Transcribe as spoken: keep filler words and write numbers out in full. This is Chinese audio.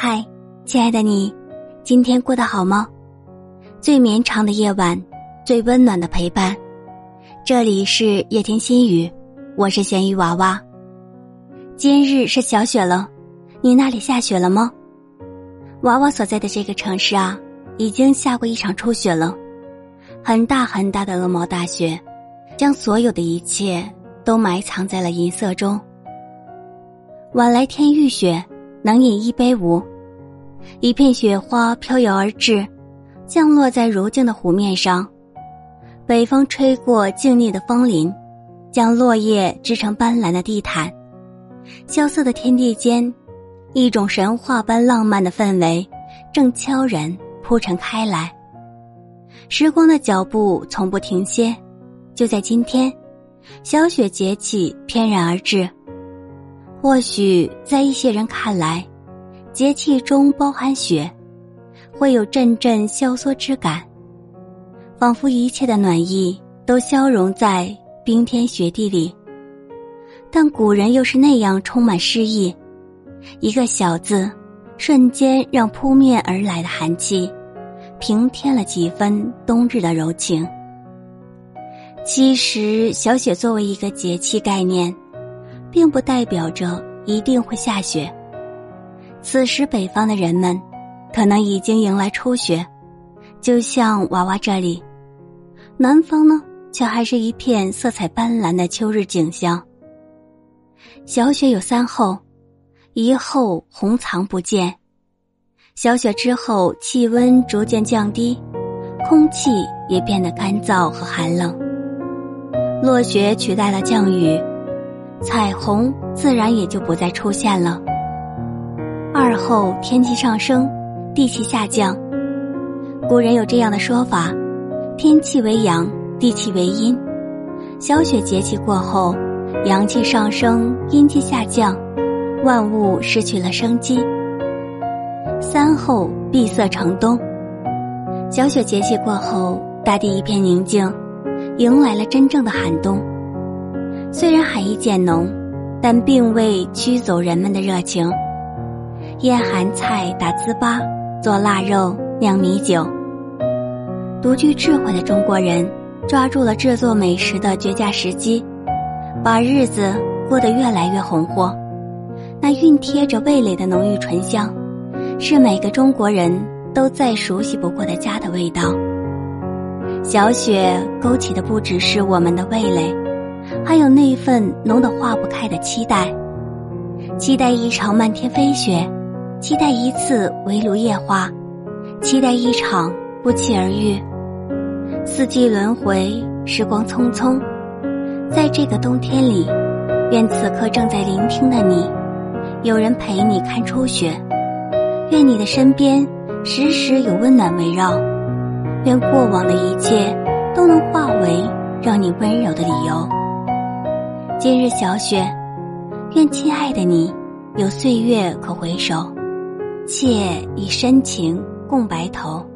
嗨，亲爱的你，今天过得好吗？最绵长的夜晚，最温暖的陪伴。这里是夜听心语，我是咸鱼娃娃。今日是小雪了，你那里下雪了吗？娃娃所在的这个城市啊，已经下过一场初雪了。很大很大的鹅毛大雪，将所有的一切都埋藏在了银色中。晚来天欲雪，能饮一杯无？一片雪花飘摇而至，降落在如镜的湖面上。北风吹过静谧的枫林，将落叶织成斑斓的地毯。萧瑟的天地间，一种神话般浪漫的氛围正悄然铺陈开来。时光的脚步从不停歇，就在今天，小雪节气翩然而至。或许在一些人看来，节气中包含雪，会有阵阵萧索之感，仿佛一切的暖意都消融在冰天雪地里。但古人又是那样充满诗意，一个小字，瞬间让扑面而来的寒气平添了几分冬日的柔情。其实小雪作为一个节气概念，并不代表着一定会下雪。此时北方的人们可能已经迎来初雪，就像娃娃这里。南方呢，却还是一片色彩斑斓的秋日景象。小雪有三候，一候红藏不见。小雪之后，气温逐渐降低，空气也变得干燥和寒冷。落雪取代了降雨，彩虹自然也就不再出现了。二候天气上升，地气下降。古人有这样的说法，天气为阳，地气为阴。小雪节气过后，阳气上升，阴气下降，万物失去了生机。三候闭塞成冬。小雪节气过后，大地一片宁静，迎来了真正的寒冬。虽然寒意渐浓，但并未驱走人们的热情。腌寒菜，打糍粑，做腊肉，酿米酒。独具智慧的中国人抓住了制作美食的绝佳时机，把日子过得越来越红火。那熨贴着味蕾的浓郁醇香，是每个中国人都再熟悉不过的家的味道。小雪勾起的不只是我们的味蕾，还有那份浓得化不开的期待。期待一场漫天飞雪，期待一次围炉夜话，期待一场不期而遇。四季轮回，时光匆匆，在这个冬天里，愿此刻正在聆听的你，有人陪你看初雪。愿你的身边时时有温暖围绕，愿过往的一切都能化为让你温柔的理由。今日小雪，愿亲爱的你有岁月可回首，且以深情共白头。